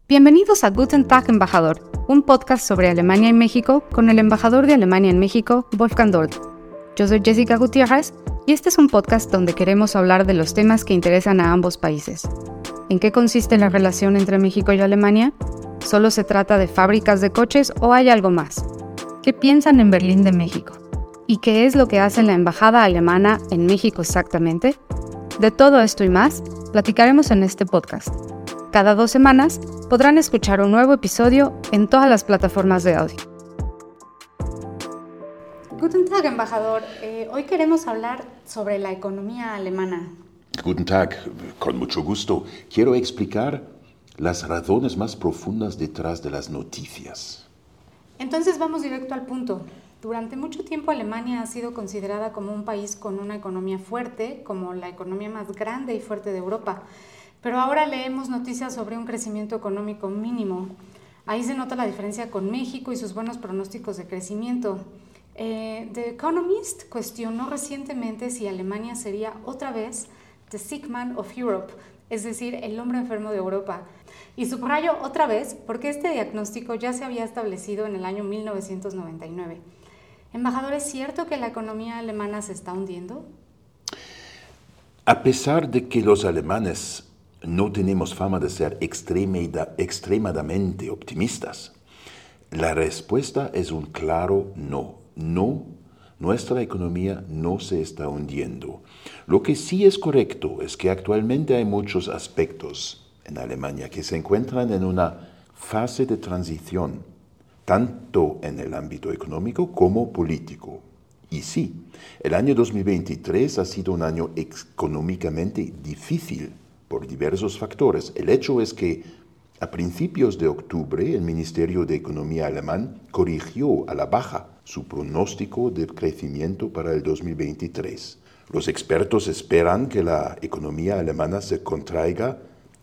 Bienvenidos a Guten Tag, Embajador, un podcast sobre Alemania y México con el embajador de Alemania en México, Wolfgang Dort. Yo soy Jessica Gutiérrez y este es un podcast donde queremos hablar de los temas que interesan a ambos países. ¿En qué consiste la relación entre México y Alemania? ¿Solo se trata de fábricas de coches o hay algo más? ¿Qué piensan en Berlín de México? ¿Y qué es lo que hace la embajada alemana en México exactamente? De todo esto y más, platicaremos en este podcast. Cada 2 semanas podrán escuchar un nuevo episodio en todas las plataformas de audio. Guten Tag, embajador. Hoy queremos hablar sobre la economía alemana. Guten Tag, con mucho gusto. Quiero explicar las razones más profundas detrás de las noticias. Entonces vamos directo al punto. Durante mucho tiempo Alemania ha sido considerada como un país con una economía fuerte, como la economía más grande y fuerte de Europa. Pero ahora leemos noticias sobre un crecimiento económico mínimo. Ahí se nota la diferencia con México y sus buenos pronósticos de crecimiento. The Economist cuestionó recientemente si Alemania sería otra vez the sick man of Europe, es decir, el hombre enfermo de Europa. Y subrayo otra vez porque este diagnóstico ya se había establecido en el año 1999. Embajador, ¿es cierto que la economía alemana se está hundiendo? A pesar de que los alemanes no tenemos fama de ser extremadamente optimistas, la respuesta es un claro no. No, nuestra economía no se está hundiendo. Lo que sí es correcto es que actualmente hay muchos aspectos en Alemania que se encuentran en una fase de transición, tanto en el ámbito económico como político. Y sí, el año 2023 ha sido un año económicamente difícil por diversos factores. El hecho es que a principios de octubre el Ministerio de Economía alemán corrigió a la baja su pronóstico de crecimiento para el 2023. Los expertos esperan que la economía alemana se contraiga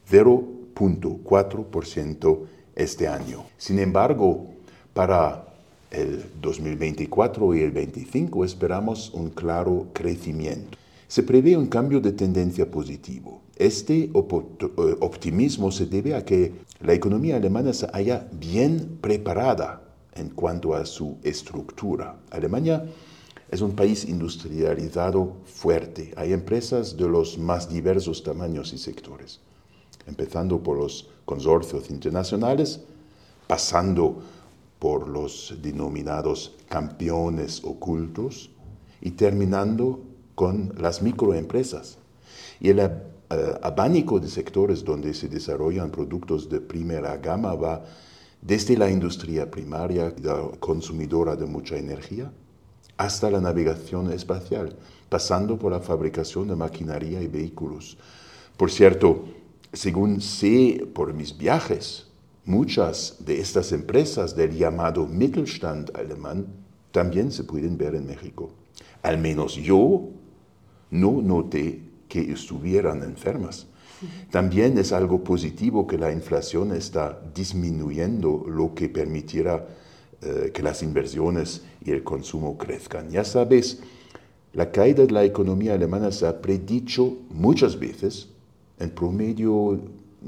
0.4% este año. Sin embargo, para el 2024 y el 2025 esperamos un claro crecimiento. Se prevé un cambio de tendencia positivo. Este optimismo se debe a que la economía alemana se haya bien preparada en cuanto a su estructura. Alemania es un país industrializado fuerte. Hay empresas de los más diversos tamaños y sectores, empezando por los consorcios internacionales, pasando por los denominados campeones ocultos y terminando con las microempresas. Y el abanico de sectores donde se desarrollan productos de primera gama va desde la industria primaria, la consumidora de mucha energía, hasta la navegación espacial, pasando por la fabricación de maquinaria y vehículos. Por cierto, según sé por mis viajes, muchas de estas empresas del llamado Mittelstand alemán también se pueden ver en México. Al menos yo no noté que estuvieran enfermas. También es algo positivo que la inflación está disminuyendo, lo que permitirá que las inversiones y el consumo crezcan. Ya sabes, la caída de la economía alemana se ha predicho muchas veces, en promedio,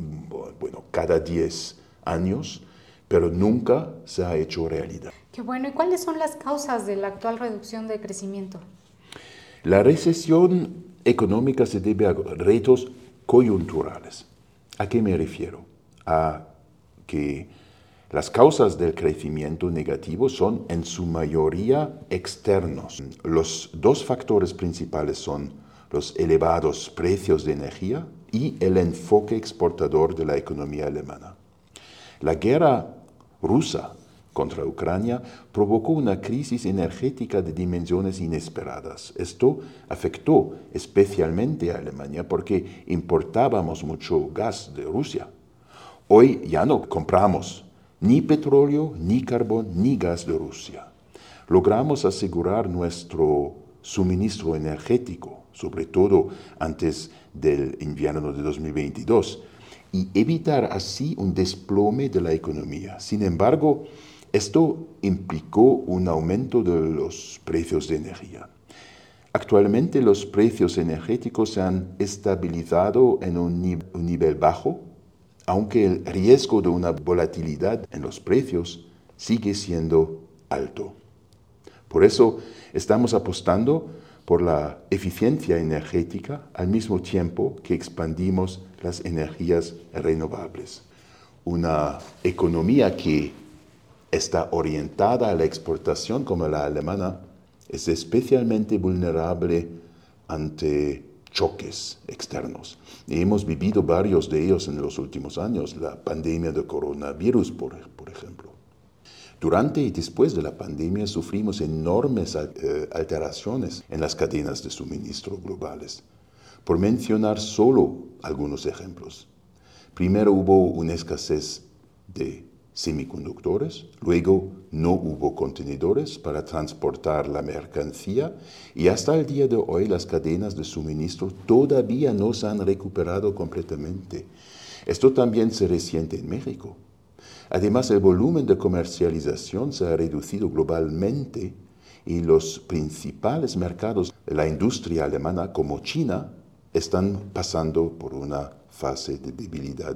cada 10 años, pero nunca se ha hecho realidad. Qué bueno. ¿Y cuáles son las causas de la actual reducción de crecimiento? La recesión económica se debe a retos coyunturales. ¿A qué me refiero? A que las causas del crecimiento negativo son en su mayoría externos. Los dos factores principales son los elevados precios de energía y el enfoque exportador de la economía alemana. La guerra rusa contra Ucrania provocó una crisis energética de dimensiones inesperadas. Esto afectó especialmente a Alemania porque importábamos mucho gas de Rusia. Hoy ya no compramos ni petróleo, ni carbón, ni gas de Rusia. Logramos asegurar nuestro suministro energético, sobre todo antes del invierno de 2022, y evitar así un desplome de la economía. Sin embargo, esto implicó un aumento de los precios de energía. Actualmente los precios energéticos se han estabilizado en un nivel bajo, aunque el riesgo de una volatilidad en los precios sigue siendo alto. Por eso estamos apostando por la eficiencia energética al mismo tiempo que expandimos las energías renovables. Una economía que está orientada a la exportación como la alemana es especialmente vulnerable ante choques externos. Y hemos vivido varios de ellos en los últimos años, la pandemia de coronavirus, por ejemplo. Durante y después de la pandemia sufrimos enormes alteraciones en las cadenas de suministro globales. Por mencionar solo algunos ejemplos. Primero hubo una escasez de semiconductores, luego no hubo contenedores para transportar la mercancía y hasta el día de hoy las cadenas de suministro todavía no se han recuperado completamente. Esto también se resiente en México. Además, el volumen de comercialización se ha reducido globalmente y los principales mercados de la industria alemana, como China, están pasando por una fase de debilidad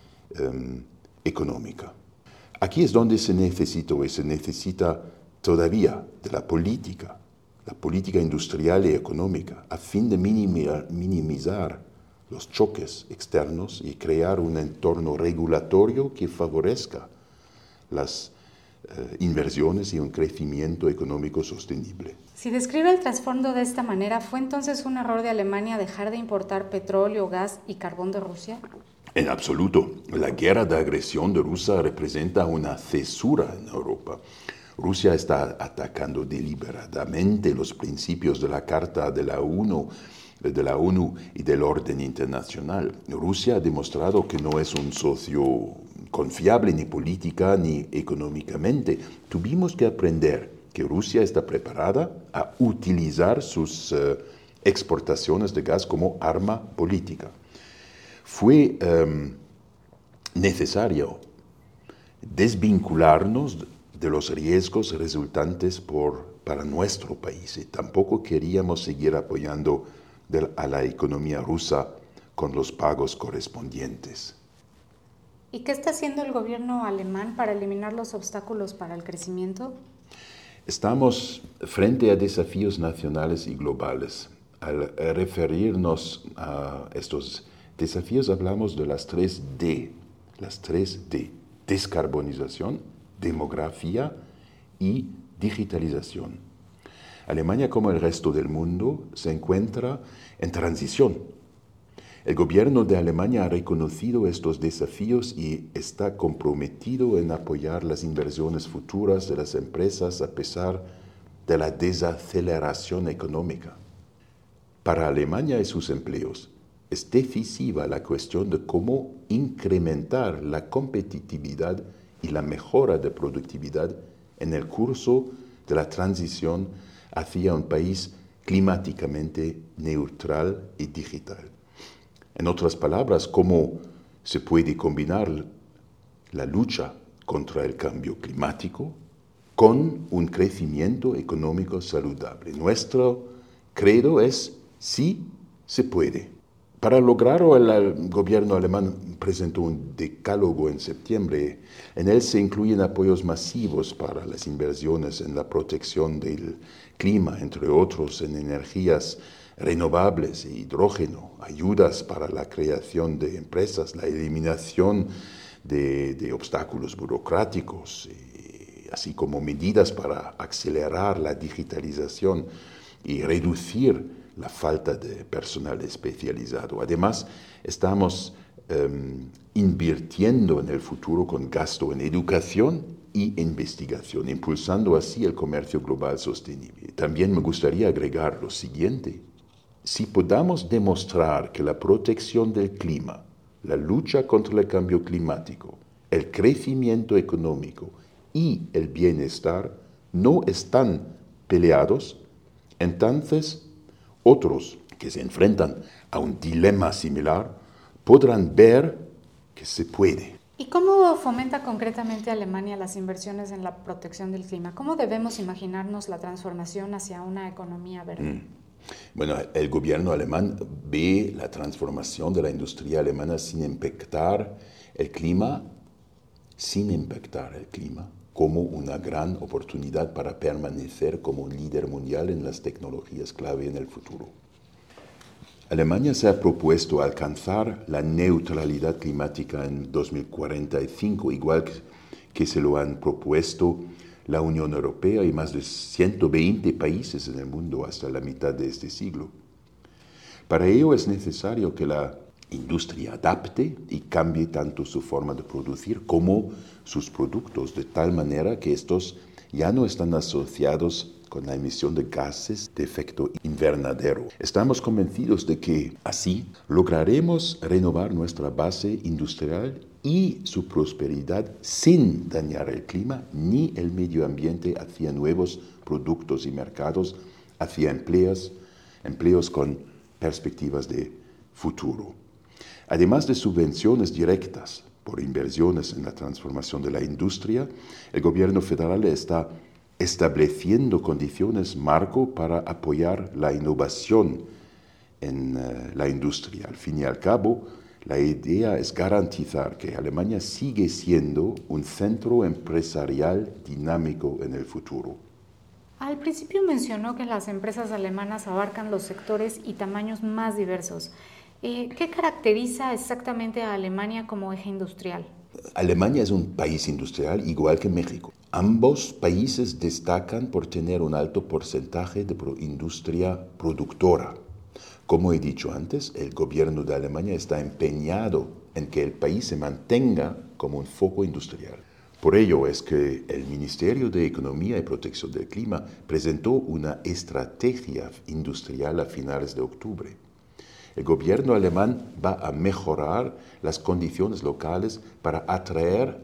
económica. Aquí es donde se necesita todavía de la política industrial y económica, a fin de minimizar los choques externos y crear un entorno regulatorio que favorezca las inversiones y un crecimiento económico sostenible. Si describe el trasfondo de esta manera, ¿fue entonces un error de Alemania dejar de importar petróleo, gas y carbón de Rusia? En absoluto. La guerra de agresión de Rusia representa una cesura en Europa. Rusia está atacando deliberadamente los principios de la Carta de la ONU y del orden internacional. Rusia ha demostrado que no es un socio confiable ni política ni económicamente. Tuvimos que aprender que Rusia está preparada a utilizar sus exportaciones de gas como arma política. Fue necesario desvincularnos de los riesgos resultantes para nuestro país y tampoco queríamos seguir apoyando a la economía rusa con los pagos correspondientes. ¿Y qué está haciendo el gobierno alemán para eliminar los obstáculos para el crecimiento? Estamos frente a desafíos nacionales y globales. Al referirnos a estos desafíos hablamos de las 3D, descarbonización, demografía y digitalización. Alemania, como el resto del mundo, se encuentra en transición. El gobierno de Alemania ha reconocido estos desafíos y está comprometido en apoyar las inversiones futuras de las empresas a pesar de la desaceleración económica. Para Alemania y sus empleos, es decisiva la cuestión de cómo incrementar la competitividad y la mejora de productividad en el curso de la transición hacia un país climáticamente neutral y digital. En otras palabras, cómo se puede combinar la lucha contra el cambio climático con un crecimiento económico saludable. Nuestro credo es sí se puede. Para lograrlo, el gobierno alemán presentó un decálogo en septiembre. En él se incluyen apoyos masivos para las inversiones en la protección del clima, entre otros en energías renovables e hidrógeno, ayudas para la creación de empresas, la eliminación de obstáculos burocráticos, así como medidas para acelerar la digitalización y reducir la falta de personal especializado. Además, estamos invirtiendo en el futuro con gasto en educación y investigación, impulsando así el comercio global sostenible. También me gustaría agregar lo siguiente. Si podamos demostrar que la protección del clima, la lucha contra el cambio climático, el crecimiento económico y el bienestar no están peleados, entonces otros que se enfrentan a un dilema similar podrán ver que se puede. ¿Y cómo fomenta concretamente Alemania las inversiones en la protección del clima? ¿Cómo debemos imaginarnos la transformación hacia una economía verde? Bueno, el gobierno alemán ve la transformación de la industria alemana sin impactar el clima, como una gran oportunidad para permanecer como un líder mundial en las tecnologías clave en el futuro. Alemania se ha propuesto alcanzar la neutralidad climática en 2045, igual que se lo han propuesto la Unión Europea y más de 120 países en el mundo hasta la mitad de este siglo. Para ello es necesario que la industria adapte y cambie tanto su forma de producir como sus productos, de tal manera que estos ya no están asociados con la emisión de gases de efecto invernadero. Estamos convencidos de que así lograremos renovar nuestra base industrial y su prosperidad sin dañar el clima ni el medio ambiente hacia nuevos productos y mercados, hacia empleos con perspectivas de futuro. Además de subvenciones directas por inversiones en la transformación de la industria, el gobierno federal está estableciendo condiciones marco para apoyar la innovación en la industria. Al fin y al cabo, la idea es garantizar que Alemania sigue siendo un centro empresarial dinámico en el futuro. Al principio mencionó que las empresas alemanas abarcan los sectores y tamaños más diversos. ¿Qué caracteriza exactamente a Alemania como eje industrial? Alemania es un país industrial igual que México. Ambos países destacan por tener un alto porcentaje de industria productora. Como he dicho antes, el gobierno de Alemania está empeñado en que el país se mantenga como un foco industrial. Por ello es que el Ministerio de Economía y Protección del Clima presentó una estrategia industrial a finales de octubre. El gobierno alemán va a mejorar las condiciones locales para atraer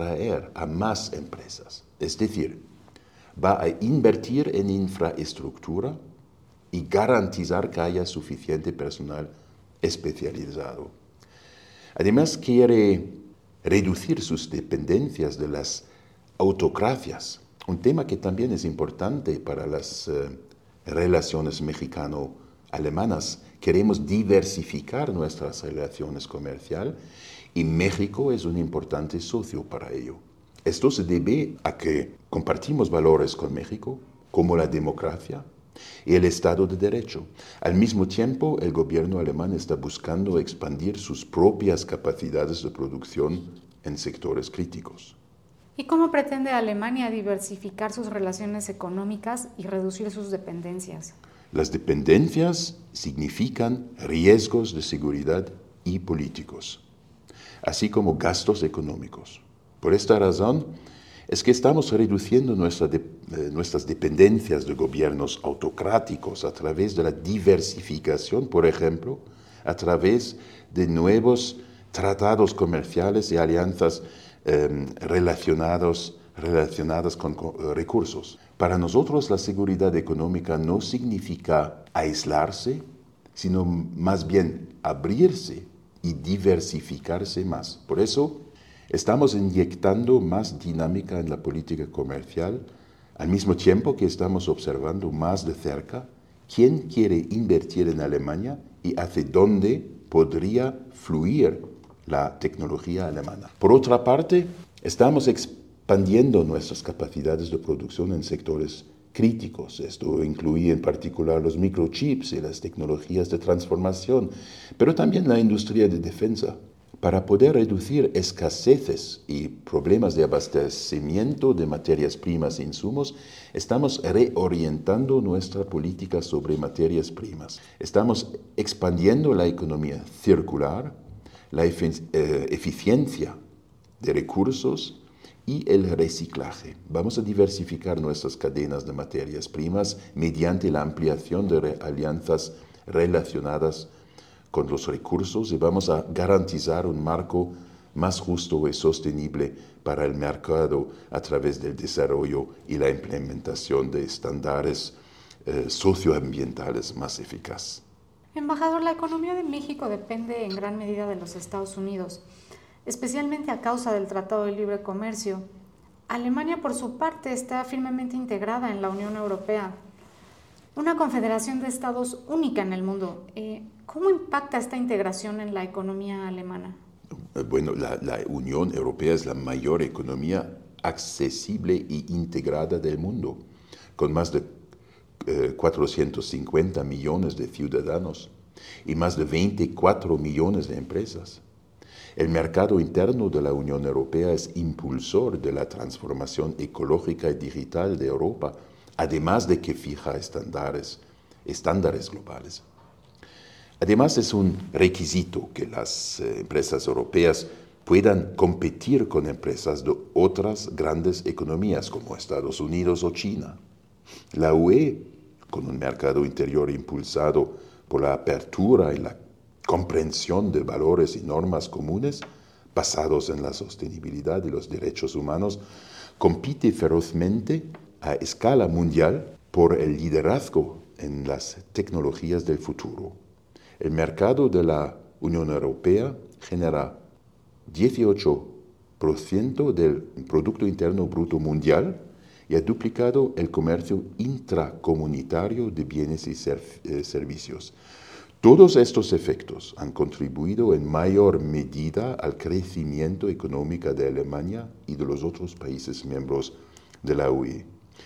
a más empresas. Es decir, va a invertir en infraestructura y garantizar que haya suficiente personal especializado. Además, quiere reducir sus dependencias de las autocracias, un tema que también es importante para las relaciones mexicano-alemanas. Queremos diversificar nuestras relaciones comerciales y México es un importante socio para ello. Esto se debe a que compartimos valores con México, como la democracia y el Estado de Derecho. Al mismo tiempo, el gobierno alemán está buscando expandir sus propias capacidades de producción en sectores críticos. ¿Y cómo pretende Alemania diversificar sus relaciones económicas y reducir sus dependencias? Las dependencias significan riesgos de seguridad y políticos, así como gastos económicos. Por esta razón es que estamos reduciendo nuestras dependencias de gobiernos autocráticos a través de la diversificación, por ejemplo, a través de nuevos tratados comerciales y alianzas relacionadas con recursos. Para nosotros la seguridad económica no significa aislarse, sino más bien abrirse y diversificarse más. Por eso estamos inyectando más dinámica en la política comercial, al mismo tiempo que estamos observando más de cerca quién quiere invertir en Alemania y hacia dónde podría fluir la tecnología alemana. Por otra parte, estamos expandiendo nuestras capacidades de producción en sectores críticos. Esto incluye en particular los microchips y las tecnologías de transformación, pero también la industria de defensa. Para poder reducir escaseces y problemas de abastecimiento de materias primas e insumos, estamos reorientando nuestra política sobre materias primas. Estamos expandiendo la economía circular, la eficiencia de recursos y el reciclaje. Vamos a diversificar nuestras cadenas de materias primas mediante la ampliación de alianzas relacionadas con los recursos y vamos a garantizar un marco más justo y sostenible para el mercado a través del desarrollo y la implementación de estándares socioambientales más eficaces. Embajador, la economía de México depende en gran medida de los Estados Unidos, especialmente a causa del Tratado de Libre Comercio. Alemania, por su parte, está firmemente integrada en la Unión Europea. Una confederación de estados única en el mundo. ¿Cómo impacta esta integración en la economía alemana? Bueno, la Unión Europea es la mayor economía accesible e integrada del mundo, con más de 450 millones de ciudadanos y más de 24 millones de empresas. El mercado interno de la Unión Europea es impulsor de la transformación ecológica y digital de Europa, además de que fija estándares globales. Además, es un requisito que las empresas europeas puedan competir con empresas de otras grandes economías como Estados Unidos o China. La UE, con un mercado interior impulsado por la apertura y la comprensión de valores y normas comunes basados en la sostenibilidad y los derechos humanos, compite ferozmente a escala mundial por el liderazgo en las tecnologías del futuro. El mercado de la Unión Europea genera 18% del Producto Interno Bruto Mundial y ha duplicado el comercio intracomunitario de bienes y servicios. Todos estos efectos han contribuido en mayor medida al crecimiento económico de Alemania y de los otros países miembros de la UE.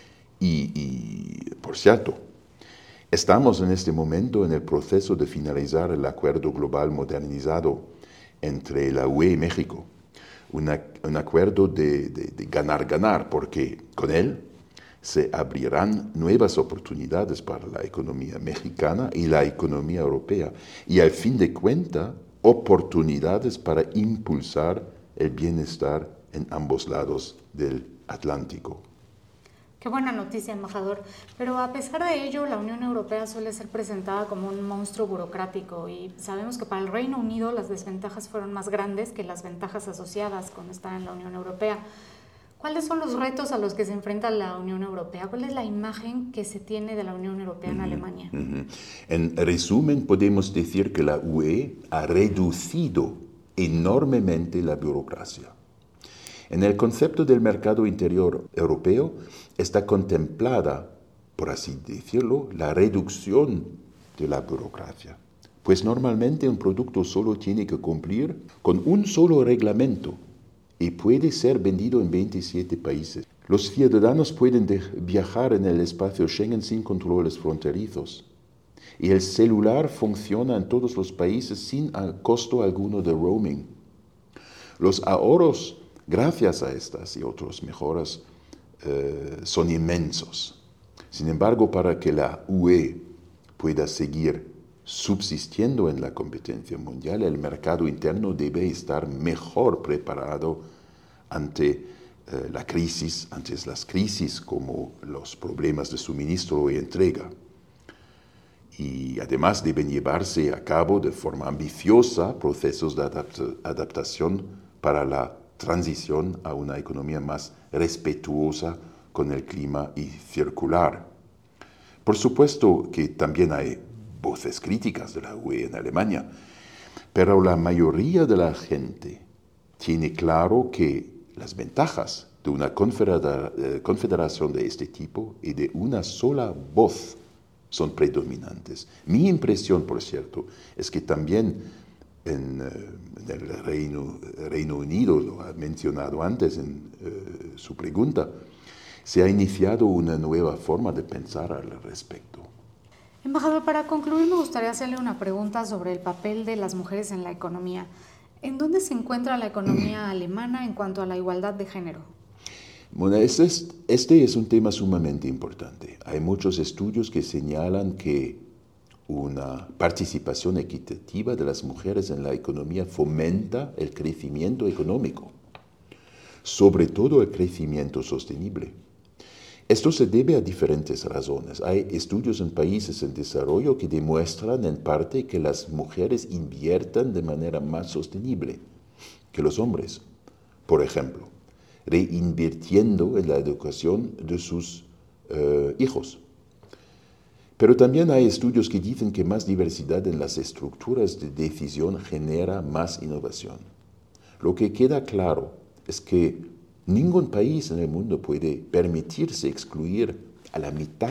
Por cierto, estamos en este momento en el proceso de finalizar el Acuerdo Global Modernizado entre la UE y México. Un acuerdo de ganar-ganar, porque con él se abrirán nuevas oportunidades para la economía mexicana y la economía europea, y al fin de cuentas, oportunidades para impulsar el bienestar en ambos lados del Atlántico. Qué buena noticia, embajador. Pero a pesar de ello, la Unión Europea suele ser presentada como un monstruo burocrático y sabemos que para el Reino Unido las desventajas fueron más grandes que las ventajas asociadas con estar en la Unión Europea. ¿Cuáles son los retos a los que se enfrenta la Unión Europea? ¿Cuál es la imagen que se tiene de la Unión Europea en Alemania? En resumen, podemos decir que la UE ha reducido enormemente la burocracia. En el concepto del mercado interior europeo está contemplada, por así decirlo, la reducción de la burocracia. Pues normalmente un producto solo tiene que cumplir con un solo reglamento y puede ser vendido en 27 países. Los ciudadanos pueden viajar en el espacio Schengen sin controles fronterizos. Y el celular funciona en todos los países sin costo alguno de roaming. Los ahorros, gracias a estas y otras mejoras, son inmensos. Sin embargo, para que la UE pueda seguir subsistiendo en la competencia mundial, el mercado interno debe estar mejor preparado ante las crisis como los problemas de suministro y entrega. Y además deben llevarse a cabo de forma ambiciosa procesos de adaptación para la transición a una economía más respetuosa con el clima y circular. Por supuesto que también hay voces críticas de la UE en Alemania, pero la mayoría de la gente tiene claro que las ventajas de una confederación de este tipo y de una sola voz son predominantes. Mi impresión, por cierto, es que también en el Reino Unido, lo ha mencionado antes en su pregunta, se ha iniciado una nueva forma de pensar al respecto. Embajador, para concluir me gustaría hacerle una pregunta sobre el papel de las mujeres en la economía. ¿En dónde se encuentra la economía alemana en cuanto a la igualdad de género? Bueno, este es un tema sumamente importante. Hay muchos estudios que señalan que una participación equitativa de las mujeres en la economía fomenta el crecimiento económico, sobre todo el crecimiento sostenible. Esto se debe a diferentes razones. Hay estudios en países en desarrollo que demuestran en parte que las mujeres invierten de manera más sostenible que los hombres. Por ejemplo, reinvirtiendo en la educación de sus hijos. Pero también hay estudios que dicen que más diversidad en las estructuras de decisión genera más innovación. Lo que queda claro es que ningún país en el mundo puede permitirse excluir a la mitad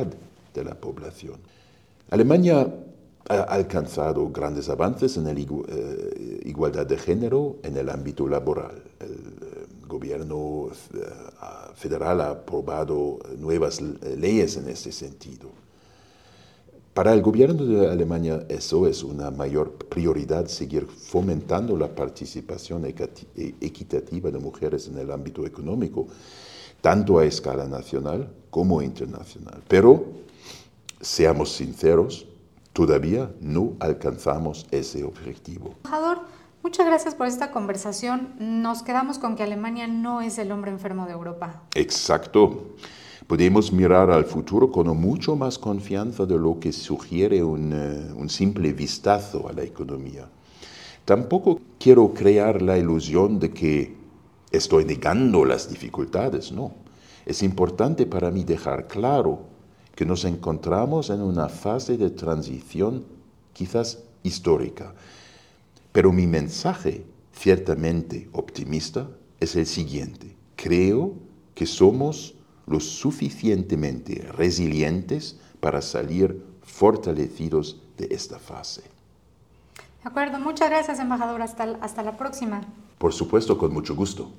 de la población. Alemania ha alcanzado grandes avances en la igualdad de género en el ámbito laboral. El gobierno federal ha aprobado nuevas leyes en este sentido. Para el gobierno de Alemania eso es una mayor prioridad, seguir fomentando la participación equitativa de mujeres en el ámbito económico, tanto a escala nacional como internacional. Pero, seamos sinceros, todavía no alcanzamos ese objetivo. Embajador, muchas gracias por esta conversación. Nos quedamos con que Alemania no es el hombre enfermo de Europa. Exacto. Podemos mirar al futuro con mucho más confianza de lo que sugiere un simple vistazo a la economía. Tampoco quiero crear la ilusión de que estoy negando las dificultades, no. Es importante para mí dejar claro que nos encontramos en una fase de transición quizás histórica. Pero mi mensaje, ciertamente optimista, es el siguiente. Creo que somos lo suficientemente resilientes para salir fortalecidos de esta fase. De acuerdo, muchas gracias, embajador. Hasta la próxima. Por supuesto, con mucho gusto.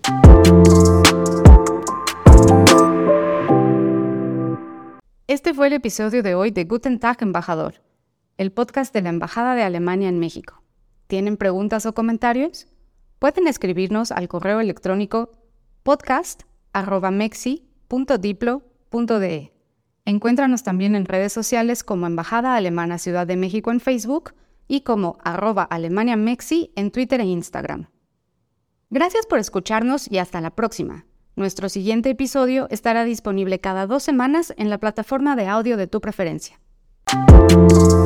Este fue el episodio de hoy de Guten Tag, embajador, el podcast de la Embajada de Alemania en México. ¿Tienen preguntas o comentarios? Pueden escribirnos al correo electrónico podcast@mexi.diplo.de. Encuéntranos también en redes sociales como Embajada Alemana Ciudad de México en Facebook y como @AlemaniaMexi en Twitter e Instagram. Gracias por escucharnos y hasta la próxima. Nuestro siguiente episodio estará disponible cada 2 semanas en la plataforma de audio de tu preferencia.